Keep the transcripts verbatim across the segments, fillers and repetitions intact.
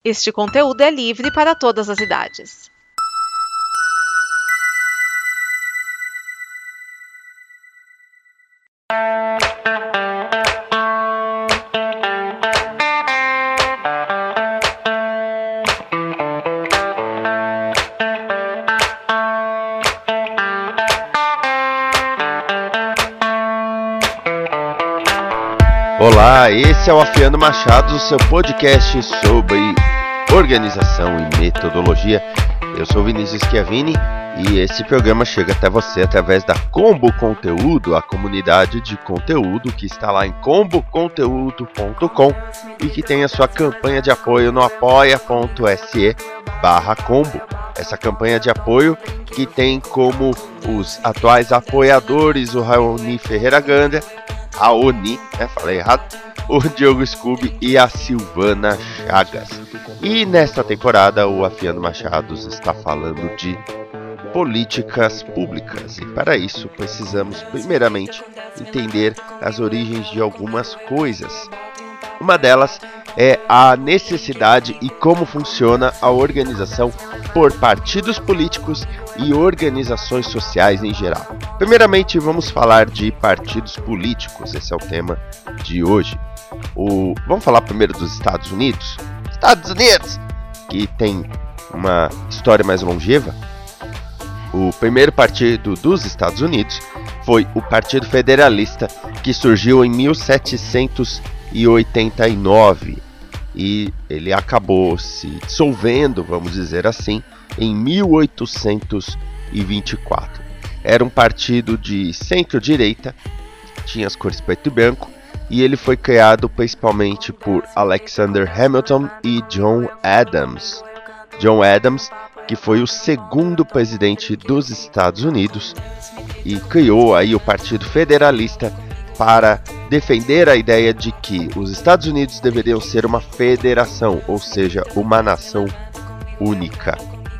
Este conteúdo é livre para todas as idades. Olá, esse é o Afiando Machados, o seu podcast sobre organização e metodologia. Eu sou Vinícius Schiavini e esse programa chega até você através da Combo Conteúdo, a comunidade de conteúdo que está lá em combo conteúdo ponto com e que tem a sua campanha de apoio no apoia.se barra combo. Essa campanha de apoio que tem como os atuais apoiadores o Raoni Ferreira Gandra, Raoni, né, falei errado, o Diogo Scooby e a Silvana Chagas. E nesta temporada o Afiando Machados está falando de políticas públicas. E para isso precisamos primeiramente entender as origens de algumas coisas. Uma delas é a necessidade e como funciona a organização por partidos políticos e organizações sociais em geral. Primeiramente, vamos falar de partidos políticos, esse é o tema de hoje. O... Vamos falar primeiro dos Estados Unidos? Estados Unidos, que tem uma história mais longeva. O primeiro partido dos Estados Unidos foi o Partido Federalista, que surgiu em mil setecentos e oitenta e nove e ele acabou se dissolvendo, vamos dizer assim, em mil oitocentos e vinte e quatro. Era um partido de centro-direita, tinha as cores preto e branco, e ele foi criado principalmente por Alexander Hamilton e John Adams. John Adams, que foi o segundo presidente dos Estados Unidos, e criou aí o Partido Federalista para defender a ideia de que os Estados Unidos deveriam ser uma federação, ou seja, uma nação única.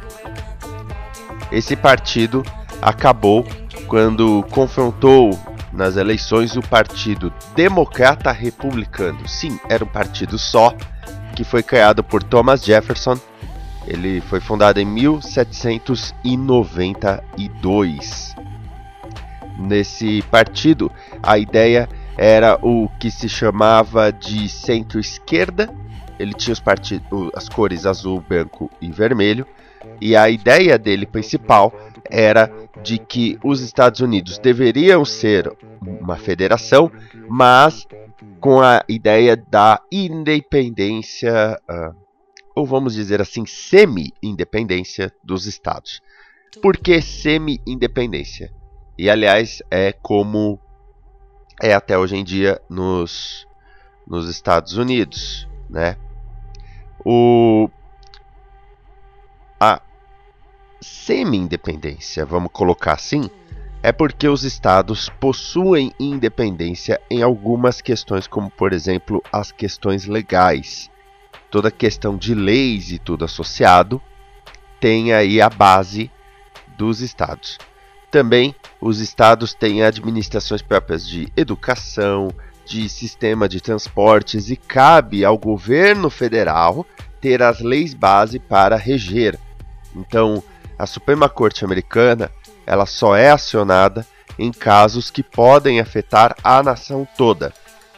Esse partido acabou quando confrontou nas eleições o Partido Democrata Republicano. Sim, era um partido só, que foi criado por Thomas Jefferson. Ele foi fundado em mil setecentos e noventa e dois. Nesse partido, a ideia era o que se chamava de centro-esquerda. Ele tinha os partidos, as cores azul, branco e vermelho. E a ideia dele principal era de que os Estados Unidos deveriam ser uma federação, mas com a ideia da independência, uh, ou vamos dizer assim, semi-independência dos estados. Por que semi-independência? E, aliás, é como é até hoje em dia nos, nos Estados Unidos, né? O, a semi-independência, vamos colocar assim, é porque os estados possuem independência em algumas questões, como, por exemplo, as questões legais. Toda questão de leis e tudo associado tem aí a base dos estados. Também os estados têm administrações próprias de educação, de sistema de transportes e cabe ao governo federal ter as leis base para reger. Então, a Suprema Corte Americana ela só é acionada em casos que podem afetar a nação toda.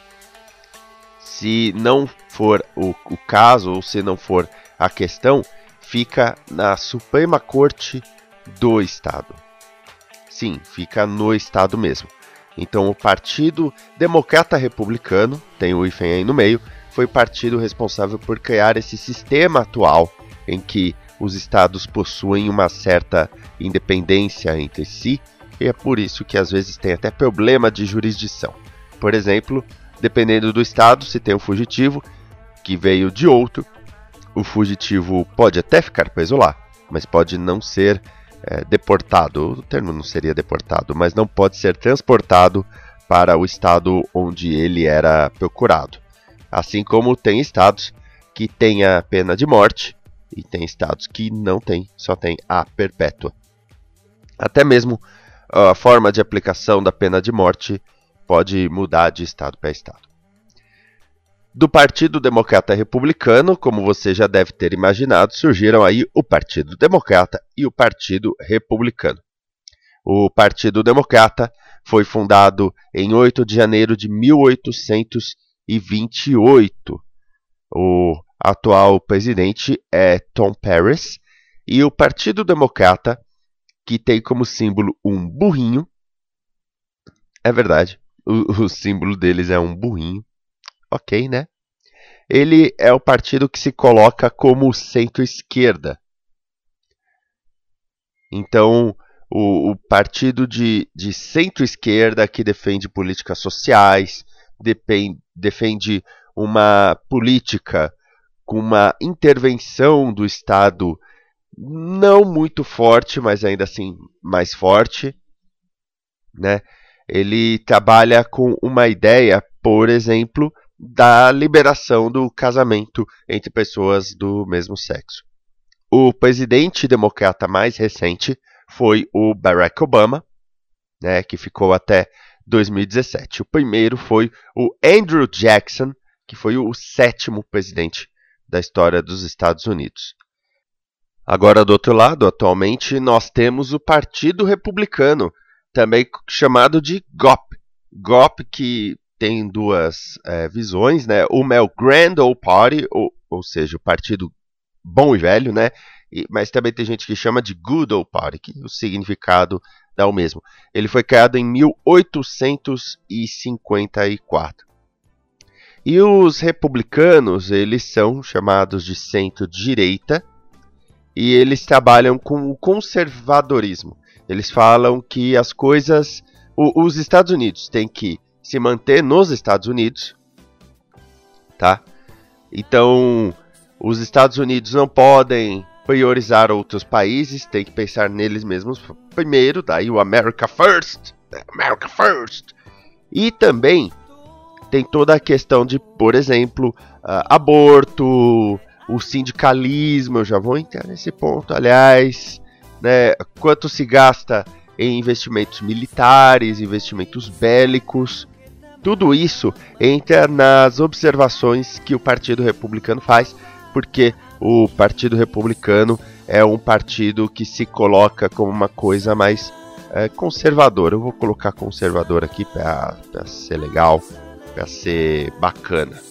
Se não for o, o caso ou se não for a questão, fica na Suprema Corte do Estado. Sim, fica no estado mesmo. Então o Partido Democrata Republicano, tem o hífen aí no meio, foi o partido responsável por criar esse sistema atual em que os estados possuem uma certa independência entre si, e é por isso que às vezes tem até problema de jurisdição. Por exemplo, dependendo do estado, se tem um fugitivo que veio de outro, o fugitivo pode até ficar preso lá, mas pode não ser É, deportado, o termo não seria deportado, mas não pode ser transportado para o estado onde ele era procurado. Assim como tem estados que têm a pena de morte e tem estados que não têm, só tem a perpétua. Até mesmo a forma de aplicação da pena de morte pode mudar de estado para estado. Do Partido Democrata Republicano, como você já deve ter imaginado, surgiram aí o Partido Democrata e o Partido Republicano. O Partido Democrata foi fundado em oito de janeiro de mil oitocentos e vinte e oito. O atual presidente é Tom Perez. E o Partido Democrata, que tem como símbolo um burrinho, é verdade, o, o símbolo deles é um burrinho. Ok, né? Ele é o partido que se coloca como centro-esquerda. Então, o, o partido de, de centro-esquerda que defende políticas sociais, depend, defende uma política com uma intervenção do Estado não muito forte, mas ainda assim mais forte, né? Ele trabalha com uma ideia, por exemplo, da liberação do casamento entre pessoas do mesmo sexo. O presidente democrata mais recente foi o Barack Obama, né, que ficou até dois mil e dezessete. O primeiro foi o Andrew Jackson, que foi o sétimo presidente da história dos Estados Unidos. Agora, do outro lado, atualmente, nós temos o Partido Republicano, também chamado de G O P. G O P que tem duas é, visões, né? Uma é o Grand Old Party, ou, ou seja, o partido bom e velho, né? E, mas também tem gente que chama de Good Old Party, que o significado dá o mesmo. Ele foi criado em mil oitocentos e cinquenta e quatro. E os republicanos, eles são chamados de centro-direita, e eles trabalham com o conservadorismo. Eles falam que as coisas... O, os Estados Unidos têm que se manter nos Estados Unidos, tá? Então, os Estados Unidos não podem priorizar outros países, tem que pensar neles mesmos primeiro, daí o America First, America First. E também tem toda a questão de, por exemplo, uh, aborto, o sindicalismo, eu já vou entrar nesse ponto, aliás, né, quanto se gasta em investimentos militares, investimentos bélicos. Tudo isso entra nas observações que o Partido Republicano faz, porque o Partido Republicano é um partido que se coloca como uma coisa mais é, conservadora. Eu vou colocar conservador aqui para ser legal, para ser bacana.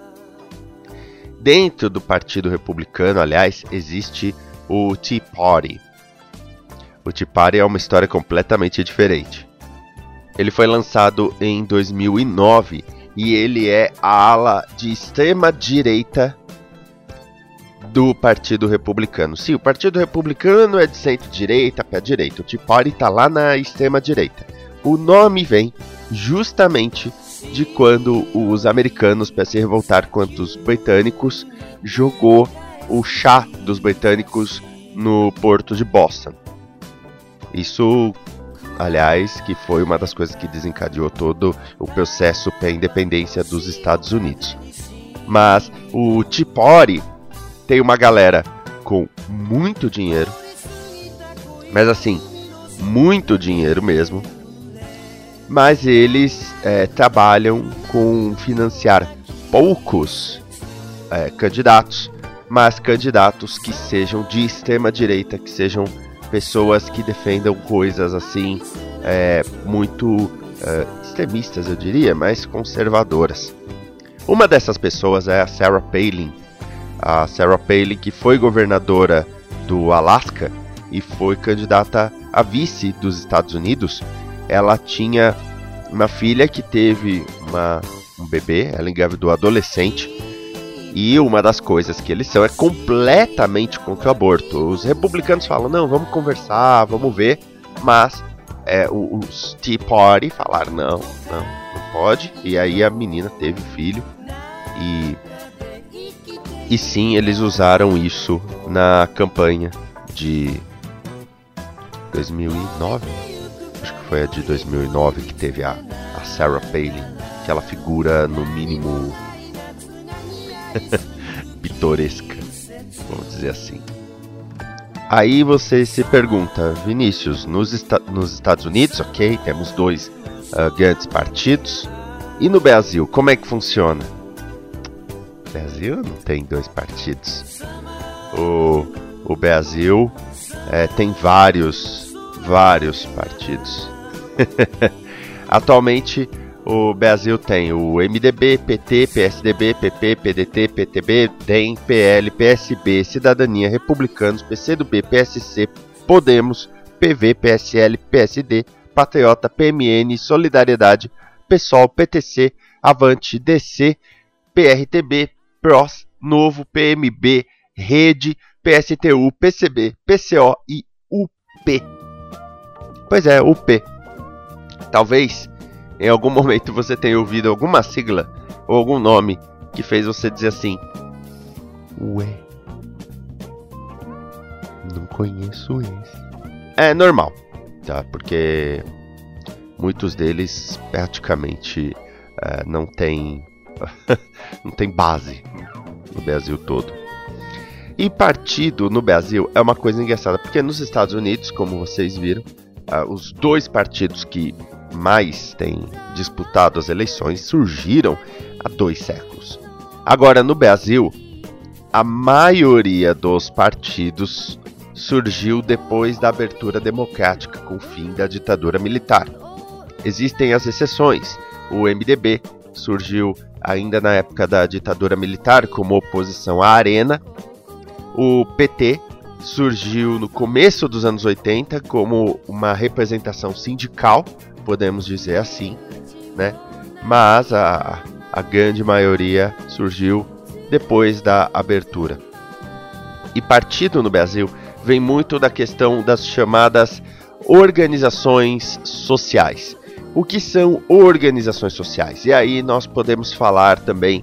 Dentro do Partido Republicano, aliás, existe o Tea Party. O Tea Party é uma história completamente diferente. Ele foi lançado em dois mil e nove e ele é a ala de extrema direita do Partido Republicano. Sim, o Partido Republicano é de centro-direita para direita. O Tea Party está lá na extrema direita. O nome vem justamente de quando os americanos, para se revoltar contra os britânicos, jogou o chá dos britânicos no porto de Boston. Isso, aliás, que foi uma das coisas que desencadeou todo o processo para a independência dos Estados Unidos. Mas o Tea Party tem uma galera com muito dinheiro, mas assim, muito dinheiro mesmo, mas eles é, trabalham com financiar poucos é, candidatos, mas candidatos que sejam de extrema direita, que sejam pessoas que defendam coisas assim, é, muito é, extremistas, eu diria, mas conservadoras. Uma dessas pessoas é a Sarah Palin. A Sarah Palin, que foi governadora do Alasca e foi candidata a vice dos Estados Unidos. Ela tinha uma filha que teve uma, um bebê, ela engravidou adolescente. E uma das coisas que eles são é completamente contra o aborto. Os republicanos falam, não, vamos conversar, vamos ver. Mas é, os Tea Party falaram, não, não, não pode. E aí a menina teve filho. E, e sim, eles usaram isso na campanha de dois mil e nove. Acho que foi a de dois mil e nove que teve a, a Sarah Palin. Aquela figura, no mínimo... pitoresca, vamos dizer assim. Aí você se pergunta, Vinícius, nos, esta- nos Estados Unidos, ok, temos dois uh, grandes partidos, e no Brasil, como é que funciona? Brasil não tem dois partidos. O, o Brasil é, tem vários, vários partidos. Atualmente, o Brasil tem o M D B, P T, P S D B, P P, P D T, P T B, D E M, P L, P S B, Cidadania, Republicanos, P C do B, P S C, Podemos, P V, P S L, P S D, Patriota, P M N, Solidariedade, PSOL, P T C, Avante, D C, P R T B, P R O S, Novo, P M B, Rede, P S T U, P C B, P C O e U P. Pois é, U P. Talvez em algum momento você tenha ouvido alguma sigla ou algum nome que fez você dizer assim: ué, não conheço esse. É normal, tá? Porque muitos deles praticamente uh, não tem não tem base no Brasil todo. E partido no Brasil é uma coisa engraçada, porque nos Estados Unidos, como vocês viram, uh, os dois partidos que mais têm disputado as eleições surgiram há dois séculos. Agora, no Brasil, a maioria dos partidos surgiu depois da abertura democrática com o fim da ditadura militar. Existem as exceções. O M D B surgiu ainda na época da ditadura militar como oposição à Arena. O P T surgiu no começo dos anos oitenta como uma representação sindical, podemos dizer assim, né? Mas a, a grande maioria surgiu depois da abertura. E partido no Brasil vem muito da questão das chamadas organizações sociais. O que são organizações sociais? E aí nós podemos falar também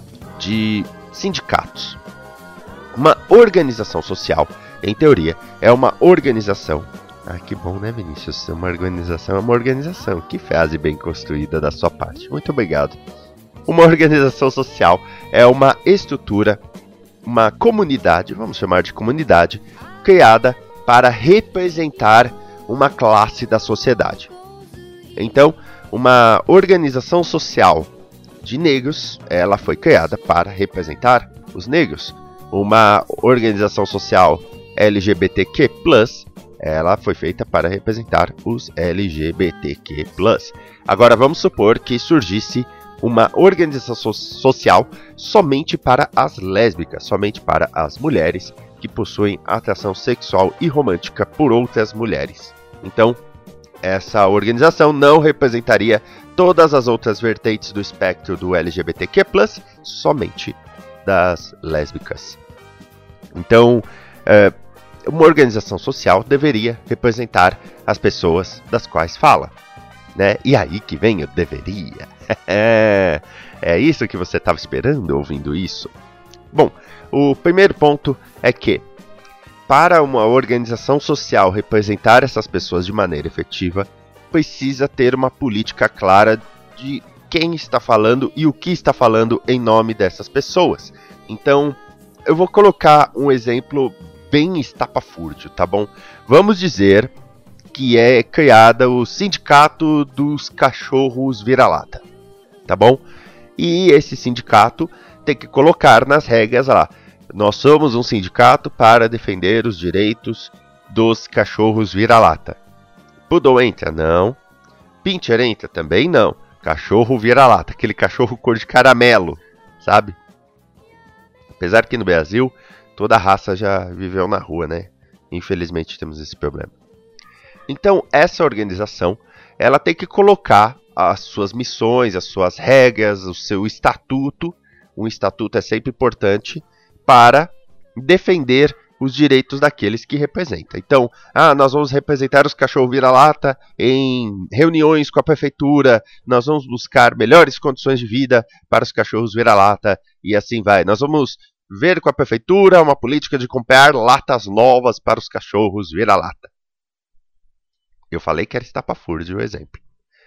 de sindicatos. Uma organização social, em teoria, é uma organização. Ah, que bom, né, Vinícius? Uma organização é uma organização. Que frase bem construída da sua parte. Muito obrigado. Uma organização social é uma estrutura, uma comunidade, vamos chamar de comunidade, criada para representar uma classe da sociedade. Então, uma organização social de negros, ela foi criada para representar os negros. Uma organização social L G B T Q plus, ela foi feita para representar os L G B T Q plus. Agora, vamos supor que surgisse uma organização so- social somente para as lésbicas, somente para as mulheres que possuem atração sexual e romântica por outras mulheres. Então, essa organização não representaria todas as outras vertentes do espectro do L G B T Q plus, somente das lésbicas. Então, é, uma organização social deveria representar as pessoas das quais fala, né? E aí que vem o deveria. É isso que você estava esperando ouvindo isso? Bom, o primeiro ponto é que, para uma organização social representar essas pessoas de maneira efetiva, precisa ter uma política clara de quem está falando e o que está falando em nome dessas pessoas. Então, eu vou colocar um exemplo bem estapafúrdio, tá bom? Vamos dizer que é criada o Sindicato dos Cachorros Vira-Lata, tá bom? E esse sindicato tem que colocar nas regras lá: nós somos um sindicato para defender os direitos dos cachorros vira-lata. Poodle entra? Não. Pinscher entra? Também não. Cachorro vira-lata, aquele cachorro cor de caramelo, sabe? Apesar que no Brasil toda a raça já viveu na rua, né? Infelizmente temos esse problema. Então essa organização, ela tem que colocar as suas missões, as suas regras, o seu estatuto. Um estatuto é sempre importante para defender os direitos daqueles que representa. Então, ah, nós vamos representar os cachorros vira-lata em reuniões com a prefeitura, nós vamos buscar melhores condições de vida para os cachorros vira-lata, e assim vai. Nós vamos ver com a prefeitura uma política de comprar latas novas para os cachorros vira-lata. Eu falei que era estapafúrdio o exemplo.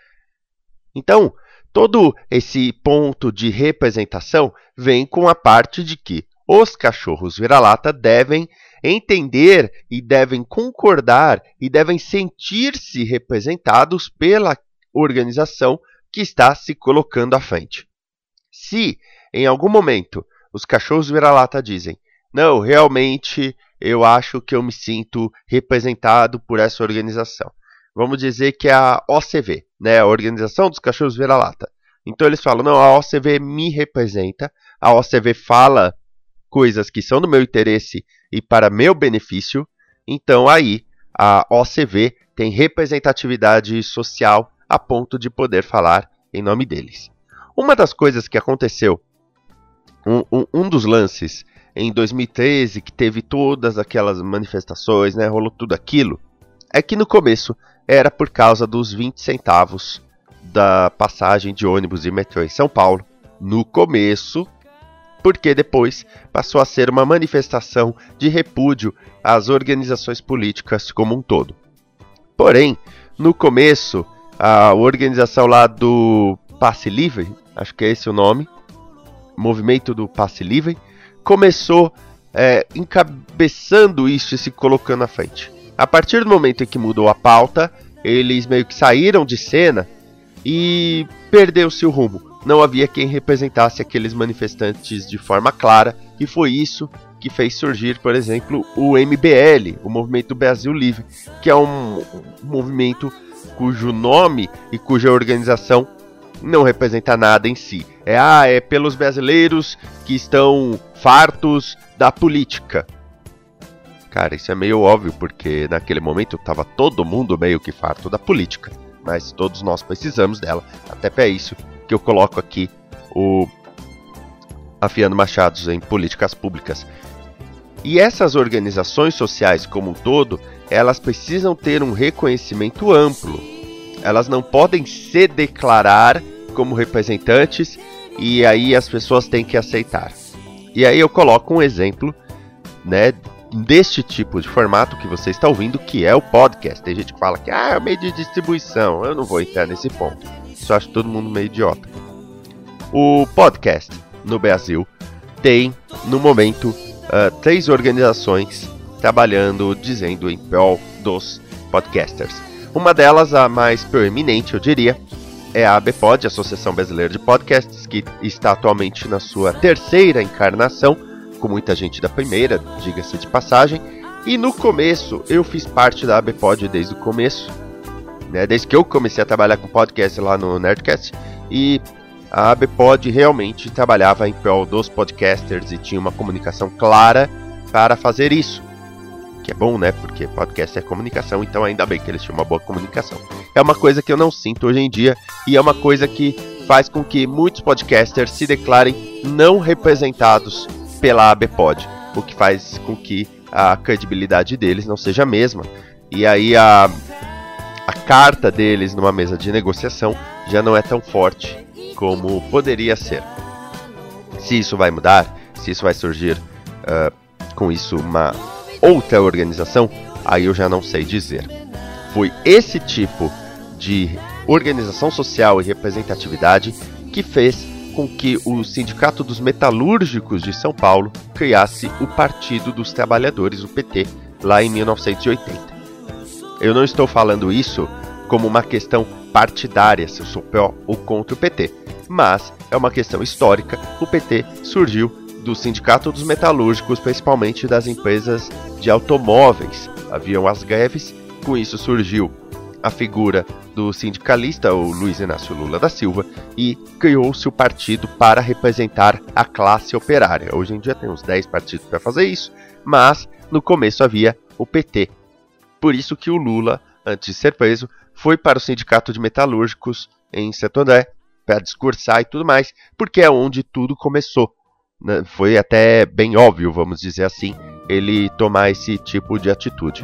Então, todo esse ponto de representação vem com a parte de que os cachorros vira-lata devem entender e devem concordar e devem sentir-se representados pela organização que está se colocando à frente. Se, em algum momento, os cachorros vira-lata dizem: não, realmente eu acho que eu me sinto representado por essa organização. Vamos dizer que é a O C V, né, a Organização dos Cachorros Vira-Lata. Então eles falam: não, a O C V me representa, a O C V fala coisas que são do meu interesse e para meu benefício, então aí a O C V tem representatividade social a ponto de poder falar em nome deles. Uma das coisas que aconteceu, um, um, um dos lances em dois mil e treze, que teve todas aquelas manifestações, né, rolou tudo aquilo, é que no começo era por causa dos vinte centavos da passagem de ônibus e metrô em São Paulo, no começo, porque depois passou a ser uma manifestação de repúdio às organizações políticas como um todo. Porém, no começo, a organização lá do Passe Livre, acho que é esse o nome, Movimento do Passe Livre, começou é, encabeçando isso e se colocando à frente. A partir do momento em que mudou a pauta, eles meio que saíram de cena e perdeu-se o rumo. Não havia quem representasse aqueles manifestantes de forma clara, e foi isso que fez surgir, por exemplo, o M B L, o Movimento Brasil Livre, que é um, um movimento cujo nome e cuja organização não representa nada em si. É, ah, é pelos brasileiros que estão fartos da política. Cara, isso é meio óbvio, porque naquele momento estava todo mundo meio que farto da política, mas todos nós precisamos dela, até para isso que eu coloco aqui o Afiando Machados em Políticas Públicas. E essas organizações sociais como um todo, elas precisam ter um reconhecimento amplo. Elas não podem se declarar como representantes e aí as pessoas têm que aceitar. E aí eu coloco um exemplo, né, deste tipo de formato que você está ouvindo, que é o podcast. Tem gente que fala que ah, é o meio de distribuição. Eu não vou entrar nesse ponto. Isso eu acho todo mundo meio idiota. O podcast no Brasil tem, no momento, uh, três organizações trabalhando, dizendo em prol dos podcasters. Uma delas, a mais proeminente, eu diria, é a ABPOD, Associação Brasileira de Podcasts, que está atualmente na sua terceira encarnação, com muita gente da primeira, diga-se de passagem. E no começo, eu fiz parte da ABPOD desde o começo, né, desde que eu comecei a trabalhar com podcast lá no Nerdcast, e a ABPOD realmente trabalhava em prol dos podcasters e tinha uma comunicação clara para fazer isso. Que é bom, né? Porque podcast é comunicação, então ainda bem que eles tinham uma boa comunicação. É uma coisa que eu não sinto hoje em dia e é uma coisa que faz com que muitos podcasters se declarem não representados pela ABPOD, o que faz com que a credibilidade deles não seja a mesma. E aí a, a carta deles numa mesa de negociação já não é tão forte como poderia ser. Se isso vai mudar, se isso vai surgir uh, com isso uma outra organização, aí eu já não sei dizer. Foi esse tipo de organização social e representatividade que fez com que o Sindicato dos Metalúrgicos de São Paulo criasse o Partido dos Trabalhadores, o P T, lá em mil novecentos e oitenta. Eu não estou falando isso como uma questão partidária, se eu sou pró ou contra o P T, mas é uma questão histórica. O P T surgiu do Sindicato dos Metalúrgicos, principalmente das empresas de automóveis. Haviam as greves, com isso surgiu a figura do sindicalista, o Luiz Inácio Lula da Silva, e criou-se o partido para representar a classe operária. Hoje em dia tem uns dez partidos para fazer isso, mas no começo havia o P T. Por isso que o Lula, antes de ser preso, foi para o Sindicato de Metalúrgicos em Santo André, para discursar e tudo mais, porque é onde tudo começou. Foi até bem óbvio, vamos dizer assim, ele tomar esse tipo de atitude.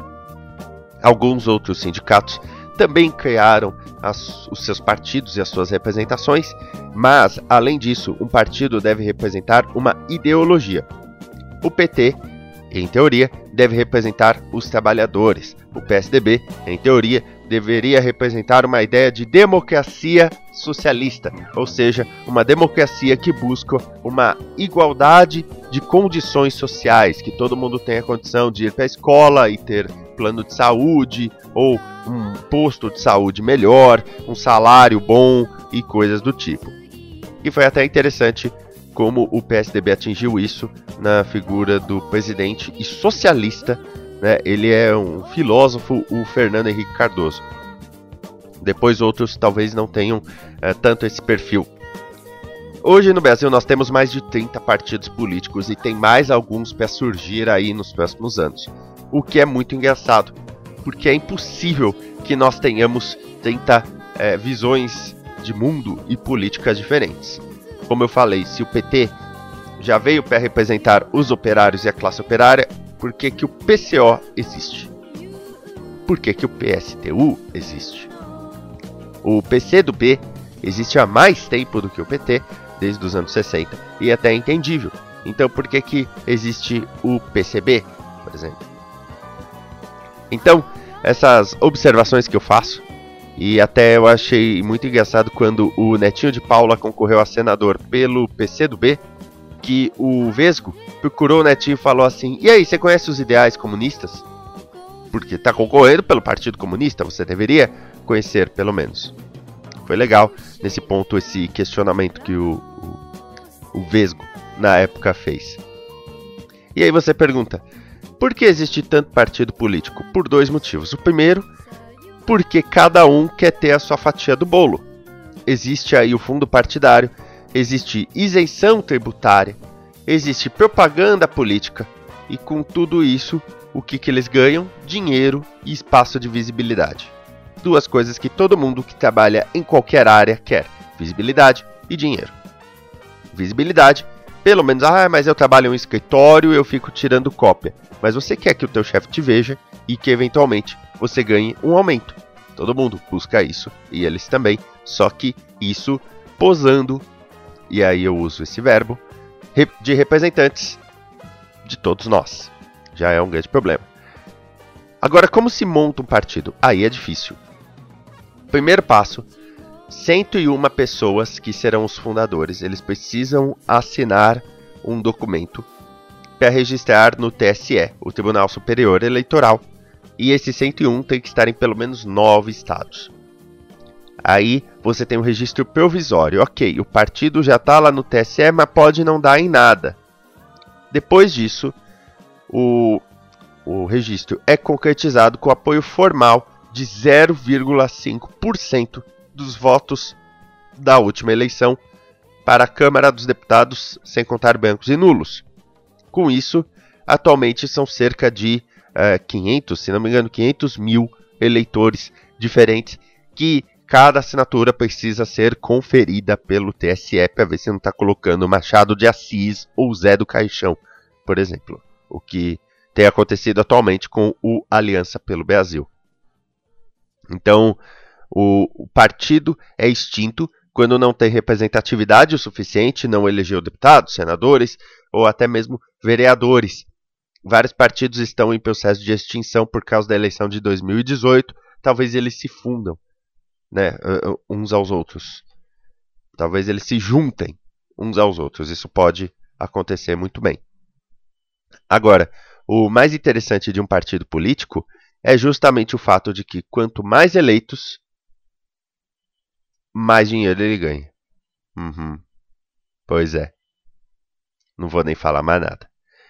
Alguns outros sindicatos também criaram as, os seus partidos e as suas representações, mas, além disso, um partido deve representar uma ideologia. O P T, em teoria, deve representar os trabalhadores. O P S D B, em teoria, deveria representar uma ideia de democracia socialista, ou seja, uma democracia que busca uma igualdade de condições sociais, que todo mundo tenha condição de ir para a escola e ter plano de saúde, ou um posto de saúde melhor, um salário bom e coisas do tipo. E foi até interessante como o P S D B atingiu isso na figura do presidente e socialista, né? Ele é um filósofo, o Fernando Henrique Cardoso. Depois outros talvez não tenham é, tanto esse perfil. Hoje no Brasil nós temos mais de trinta partidos políticos e tem mais alguns para surgir aí nos próximos anos. O que é muito engraçado, porque é impossível que nós tenhamos trinta é, visões de mundo e políticas diferentes. Como eu falei, se o P T já veio para representar os operários e a classe operária, por que que o P C O existe? Por que que o P S T U existe? O P C do B existe há mais tempo do que o P T, desde os anos sessenta, e até é entendível. Então por que que existe o P C B, por exemplo? Então, essas observações que eu faço, e até eu achei muito engraçado quando o Netinho de Paula concorreu a senador pelo P C do B, que o Vesgo procurou o Netinho e falou assim: e aí, você conhece os ideais comunistas? Porque está concorrendo pelo Partido Comunista, você deveria conhecer pelo menos. Foi legal nesse ponto esse questionamento que o, o, o Vesgo na época fez. E aí você pergunta, por que existe tanto partido político? Por dois motivos. O primeiro, porque cada um quer ter a sua fatia do bolo. Existe aí o fundo partidário, existe isenção tributária, existe propaganda política, e com tudo isso, o que, que eles ganham? Dinheiro e espaço de visibilidade. Duas coisas que todo mundo que trabalha em qualquer área quer: visibilidade e dinheiro. Visibilidade, pelo menos, ah, mas eu trabalho em um escritório, eu fico tirando cópia. Mas você quer que o teu chefe te veja e que eventualmente você ganhe um aumento. Todo mundo busca isso, e eles também, só que isso posando, e aí eu uso esse verbo, de representantes de todos nós. Já é um grande problema. Agora, como se monta um partido? Aí é difícil. Primeiro passo, cento e uma pessoas que serão os fundadores, eles precisam assinar um documento para registrar no T S E, o Tribunal Superior Eleitoral, e esses cento e um tem que estar em pelo menos nove estados. Aí você tem um registro provisório. Ok, o partido já está lá no T S E, mas pode não dar em nada. Depois disso, o, o registro é concretizado com apoio formal de zero vírgula cinco por cento dos votos da última eleição para a Câmara dos Deputados, sem contar brancos e nulos. Com isso, atualmente são cerca de uh, quinhentos, se não me engano, quinhentos mil eleitores diferentes que cada assinatura precisa ser conferida pelo T S E para ver se não está colocando Machado de Assis ou Zé do Caixão, por exemplo. O que tem acontecido atualmente com o Aliança pelo Brasil. Então, o, o partido é extinto quando não tem representatividade o suficiente, não elegeu deputados, senadores ou até mesmo vereadores. Vários partidos estão em processo de extinção por causa da eleição de dois mil e dezoito. Talvez eles se fundam, né, uns aos outros. Talvez eles se juntem uns aos outros. Isso pode acontecer muito bem. Agora, o mais interessante de um partido político é justamente o fato de que quanto mais eleitos, mais dinheiro ele ganha. Uhum. Pois é. Não vou nem falar mais nada.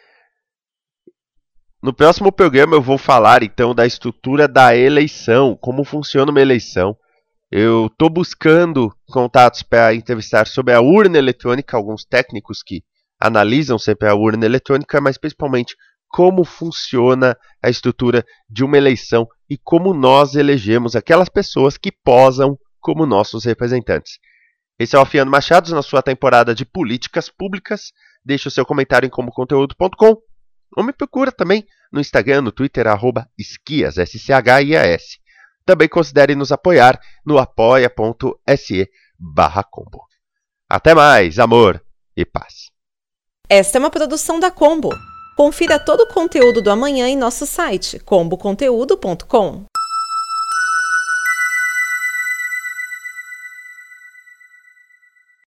No próximo programa eu vou falar então da estrutura da eleição, como funciona uma eleição. Eu estou buscando contatos para entrevistar sobre a urna eletrônica, alguns técnicos que analisam sempre a urna eletrônica, mas principalmente como funciona a estrutura de uma eleição e como nós elegemos aquelas pessoas que posam como nossos representantes. Esse é o Afiano Machados na sua temporada de políticas públicas. Deixe o seu comentário em como conteúdo ponto com ou me procura também no Instagram, no Twitter, arroba esquias, S C H I A S. Também considere nos apoiar no apoia.se barra combo. Até mais, amor e paz. Esta é uma produção da Combo. Confira todo o conteúdo do amanhã em nosso site combo conteúdo ponto com.